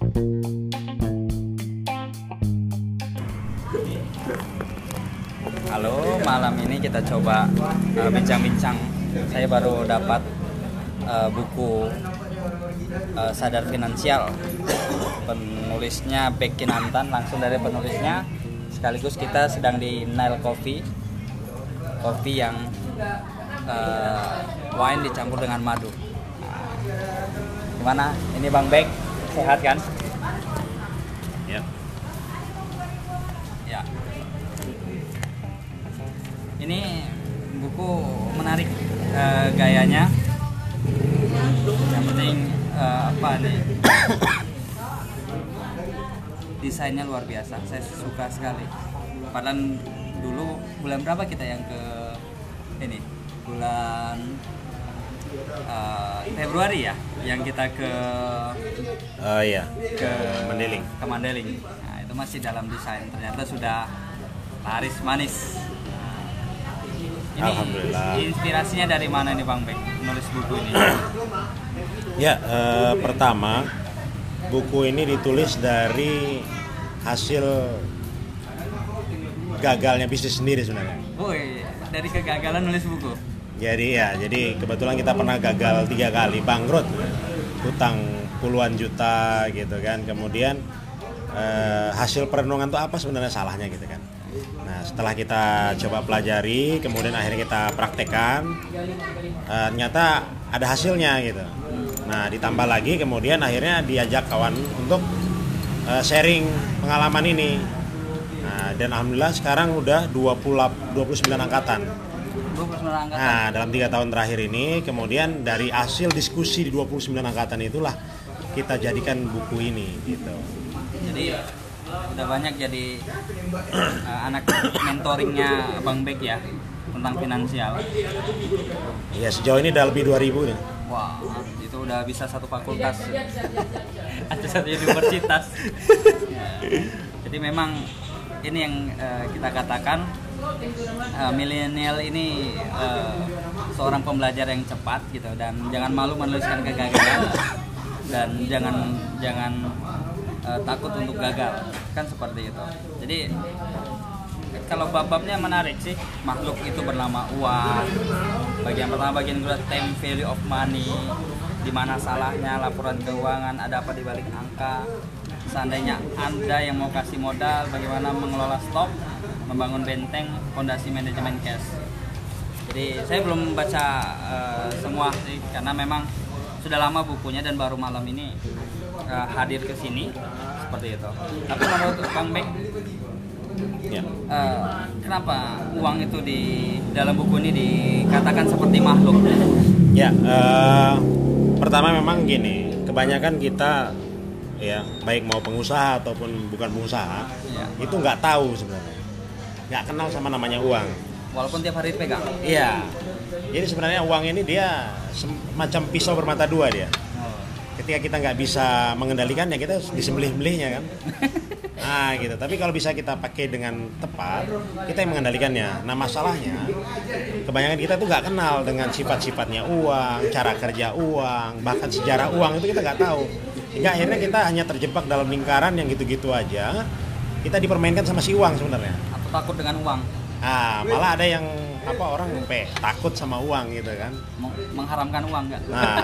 Halo, malam ini kita coba bincang-bincang. Saya baru dapat buku Sadar Finansial. Penulisnya Becky Nantan, langsung dari penulisnya. Sekaligus kita sedang di Nile Coffee, kopi yang wine dicampur dengan madu. Gimana? Ini Bang Bek, sehat kan? Ya. Ya. Ini buku menarik gayanya. Yang penting apa nih? Desainnya luar biasa. Saya suka sekali. Padahal dulu bulan berapa kita yang ke ini? Bulan Februari ya, yang kita ke Mandailing. Ke Mandailing. Nah, itu masih dalam desain. Ternyata sudah laris manis. Ini Alhamdulillah. Inspirasinya dari mana nih Bang Bek menulis buku ini? Ya, pertama buku ini ditulis dari hasil gagalnya bisnis sendiri sebenarnya. Woi, dari kegagalan nulis buku. Jadi kebetulan kita pernah gagal 3 kali, bangkrut, hutang puluhan juta gitu kan. Kemudian hasil perenungan itu apa sebenarnya salahnya gitu kan. Nah, setelah kita coba pelajari, kemudian akhirnya kita praktekkan, ternyata ada hasilnya gitu. Nah, ditambah lagi kemudian akhirnya diajak kawan untuk sharing pengalaman ini. Nah, dan alhamdulillah sekarang udah 29 angkatan. 29 angkatan. Nah, dalam 3 tahun terakhir ini, kemudian dari hasil diskusi di 29 angkatan itulah kita jadikan buku ini gitu. Jadi udah banyak jadi anak mentoringnya Bang Bek ya tentang finansial. Ya, sejauh ini udah lebih 2000 nih. Wah, itu udah bisa satu fakultas atau satu universitas. Jadi memang ini yang kita katakan milenial ini seorang pembelajar yang cepat gitu, dan jangan malu menuliskan kegagalan, dan jangan takut untuk gagal, kan seperti itu. Jadi kalau bab-babnya menarik sih. Makhluk itu bernama uang. Bagian pertama, bagian kedua, time value of money, di mana salahnya laporan keuangan, ada apa di balik angka. Seandainya Anda yang mau kasih modal, bagaimana mengelola stok, membangun benteng, fondasi manajemen cash. Jadi saya belum baca semua sih, karena memang sudah lama bukunya dan baru malam ini hadir ke sini seperti itu. Tapi menurut Bang Bek, Ya. Kenapa uang itu di dalam buku ini dikatakan seperti makhluk? Ya, pertama memang gini, kebanyakan kita ya, baik mau pengusaha ataupun bukan pengusaha, Ya. itu nggak tahu sebenarnya, nggak kenal sama namanya uang. Walaupun tiap hari pegang. Iya. Jadi sebenarnya uang ini dia semacam pisau bermata dua dia. Ketika kita nggak bisa mengendalikannya, kita disembelih-belihnya kan. Nah gitu. Tapi kalau bisa kita pakai dengan tepat, kita yang mengendalikannya. Nah masalahnya, kebanyakan kita tuh nggak kenal dengan sifat-sifatnya uang, cara kerja uang, bahkan sejarah uang itu kita nggak tahu. Hingga akhirnya kita hanya terjebak dalam lingkaran yang gitu-gitu aja. Kita dipermainkan sama si uang sebenarnya. Atau takut dengan uang. Nah, malah ada yang orang sampai takut sama uang gitu kan. Mengharamkan uang nggak? Nah.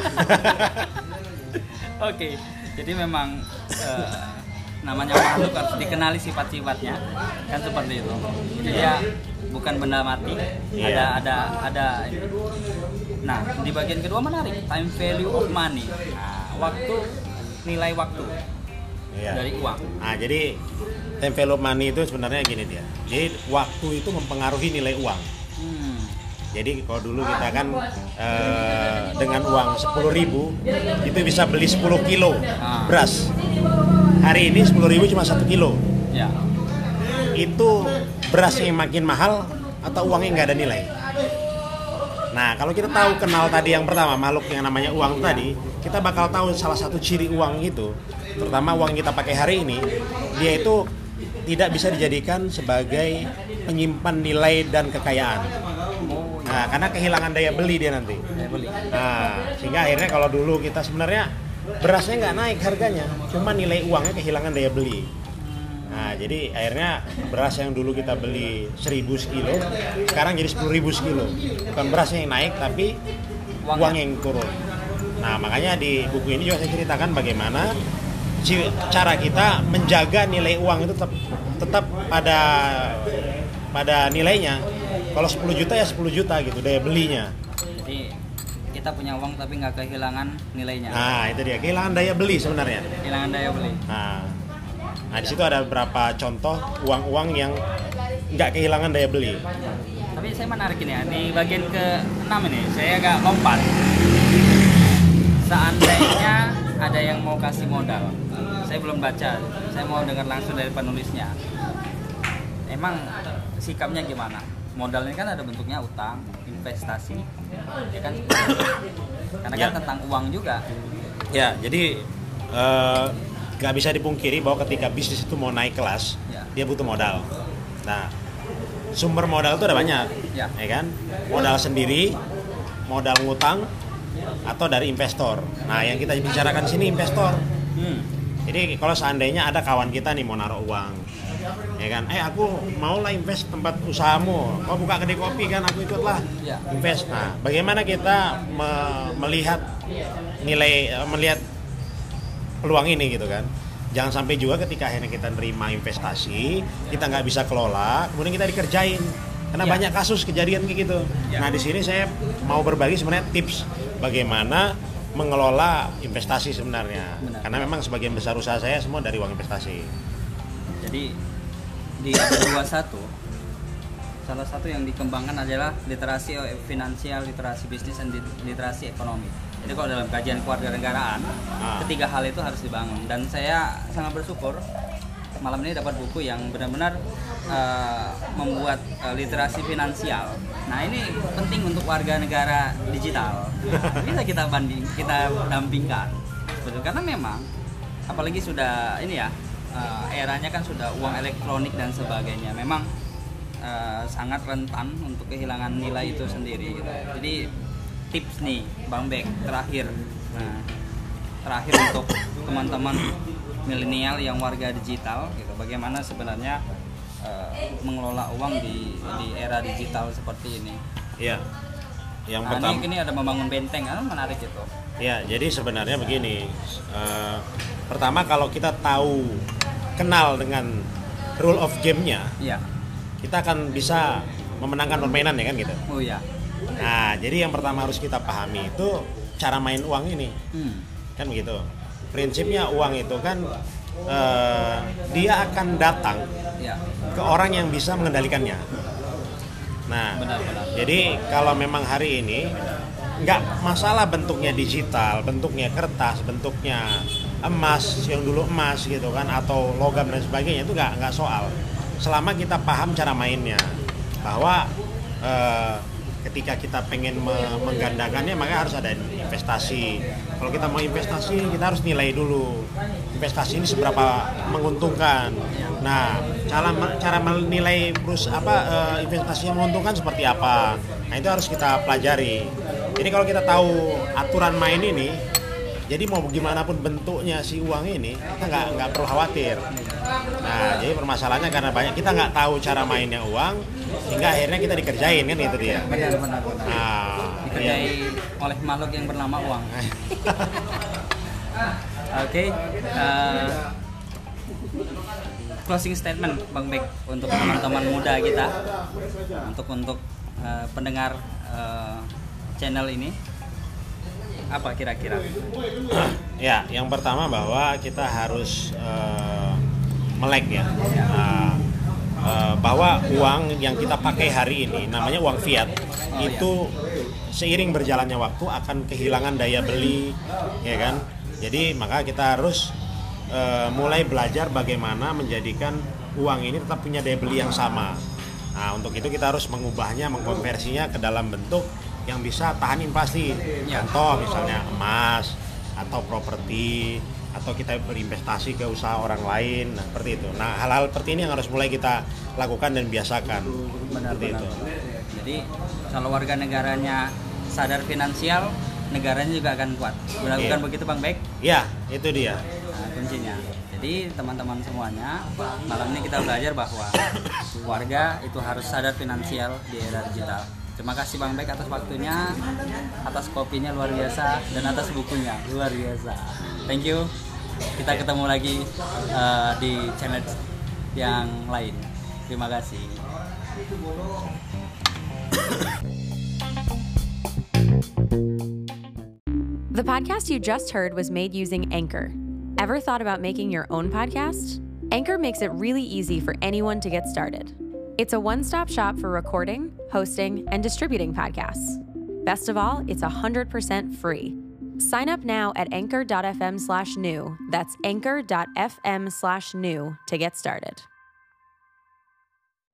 Oke, jadi memang namanya makhluk harus dikenali sifat-sifatnya, kan seperti itu. Jadi ya bukan benda mati. Iya. Ada. Nah, di bagian kedua menarik, time value of money. Nah, nilai waktu Iya. dari uang. Nah, jadi time value of money itu sebenarnya gini dia. Jadi waktu itu mempengaruhi nilai uang. Jadi kalau dulu kita kan dengan uang 10.000 itu bisa beli 10 kilo beras. Hari ini 10.000 cuma 1 kilo. Ya. Itu beras yang makin mahal atau uangnya nggak ada nilai. Nah, kalau kita tahu kenal tadi yang pertama, makhluk yang namanya uang tadi, kita bakal tahu salah satu ciri uang itu, terutama uang yang kita pakai hari ini, dia itu tidak bisa dijadikan sebagai penyimpan nilai dan kekayaan. Nah, karena kehilangan daya beli dia nanti. Daya beli. Nah, sehingga akhirnya kalau dulu kita sebenarnya berasnya nggak naik harganya, cuma nilai uangnya kehilangan daya beli. Nah, jadi akhirnya beras yang dulu kita beli 1.000 sekilo, sekarang jadi 10.000 sekilo. Bukan berasnya yang naik, tapi uang yang turun. Nah, makanya di buku ini juga saya ceritakan bagaimana cara kita menjaga nilai uang itu tetap pada nilainya. Kalau 10 juta ya 10 juta gitu daya belinya. Jadi kita punya uang tapi nggak kehilangan nilainya. Nah, itu dia, kehilangan daya beli sebenarnya. Kehilangan daya beli. Nah, di situ ada beberapa contoh uang-uang yang nggak kehilangan daya beli. Tapi saya menarik ini ya, di bagian ke-6 ini saya agak lompat. Seandainya ada yang mau kasih modal, saya belum baca, saya mau dengar langsung dari penulisnya. Emang sikapnya gimana? Modal ini kan ada bentuknya utang, investasi, ya kan? Karena kan tentang uang juga. Ya, jadi nggak bisa dipungkiri bahwa ketika bisnis itu mau naik kelas, dia butuh modal. Nah, sumber modal itu ada banyak, ya kan? Modal sendiri, modal ngutang, atau dari investor. Nah, yang kita bicarakan di sini investor. Jadi kalau seandainya ada kawan kita nih mau naruh uang, ya kan? Aku mau lah invest tempat usahamu. Kau buka kedai kopi kan, aku ikutlah invest. Nah, bagaimana kita melihat peluang ini gitu kan? Jangan sampai juga ketika akhirnya kita nerima investasi, kita nggak bisa kelola, kemudian kita dikerjain. Karena banyak kasus kejadian kayak gitu. Nah, di sini saya mau berbagi sebenarnya tips bagaimana mengelola investasi sebenarnya. Benar. Karena memang sebagian besar usaha saya semua dari uang investasi. Jadi di 21 salah satu yang dikembangkan adalah literasi finansial, literasi bisnis, dan literasi ekonomi. Jadi kalau dalam kajian kewarganegaraan, ketiga hal itu harus dibangun. Dan saya sangat bersyukur malam ini dapat buku yang benar-benar membuat literasi finansial. Nah, ini penting untuk warga negara digital. Bisa kita dampingkan. Betul, karena memang apalagi sudah ini ya, eranya kan sudah uang elektronik dan sebagainya. Memang sangat rentan untuk kehilangan nilai itu sendiri gitu. Jadi tips nih Bang Bek terakhir untuk teman-teman milenial yang warga digital gitu, bagaimana sebenarnya mengelola uang di era digital seperti ini. Iya. Yang pertama ini ada membangun benteng, kan menarik itu. Ya, jadi sebenarnya begini. Pertama kalau kita kenal dengan rule of game-nya, kita akan bisa memenangkan permainan ya kan gitu. Oh iya. Nah, jadi yang pertama harus kita pahami itu cara main uang ini. Kan begitu. Prinsipnya uang itu kan dia akan datang ke orang yang bisa mengendalikannya. Nah, benar. Jadi kalau memang hari ini nggak masalah bentuknya digital, bentuknya kertas, bentuknya emas yang dulu emas gitu kan, atau logam dan sebagainya, itu nggak soal. Selama kita paham cara mainnya, bahwa ketika kita pengen menggandakannya maka harus ada investasi. Kalau kita mau investasi, kita harus nilai dulu investasi ini seberapa menguntungkan. Nah, cara menilai investasi yang menguntungkan seperti apa. Nah, itu harus kita pelajari. Jadi kalau kita tahu aturan main ini, jadi mau gimana pun bentuknya si uang ini, kita nggak perlu khawatir. Nah, jadi permasalahannya karena kita nggak tahu cara mainnya uang, sehingga akhirnya kita dikerjain kan, itu dia. Benar. Nah, dikerjai oleh makhluk yang bernama uang. Oke. Closing statement Bang Bek untuk teman-teman muda kita, untuk pendengar channel ini. Apa kira-kira? Ya, yang pertama bahwa kita harus melek ya. Bahwa uang yang kita pakai hari ini namanya uang fiat, itu seiring berjalannya waktu akan kehilangan daya beli, ya kan? Jadi maka kita harus mulai belajar bagaimana menjadikan uang ini tetap punya daya beli yang sama. Nah, untuk itu kita harus mengubahnya, mengkonversinya ke dalam bentuk yang bisa tahan inflasi. Contoh misalnya emas atau properti, atau kita berinvestasi ke usaha orang lain, nah, seperti itu. Nah, hal-hal seperti ini yang harus mulai kita lakukan dan biasakan. Benar. Itu. Jadi kalau warga negaranya sadar finansial, negaranya juga akan kuat. Bukan begitu Bang Bek? Ya, itu dia. Nah, kuncinya. Jadi teman-teman semuanya, malam ini kita belajar bahwa warga itu harus sadar finansial di era digital. Terima kasih Bang Bek atas waktunya, atas kopinya luar biasa, dan atas bukunya luar biasa. Thank you. Kita ketemu lagi di channel yang lain. Terima kasih. The podcast you just heard was made using Anchor. Ever thought about making your own podcast? Anchor makes it really easy for anyone to get started. It's a one-stop shop for recording, hosting, and distributing podcasts. Best of all, it's 100% free. Sign up now at anchor.fm/new. That's anchor.fm/new to get started.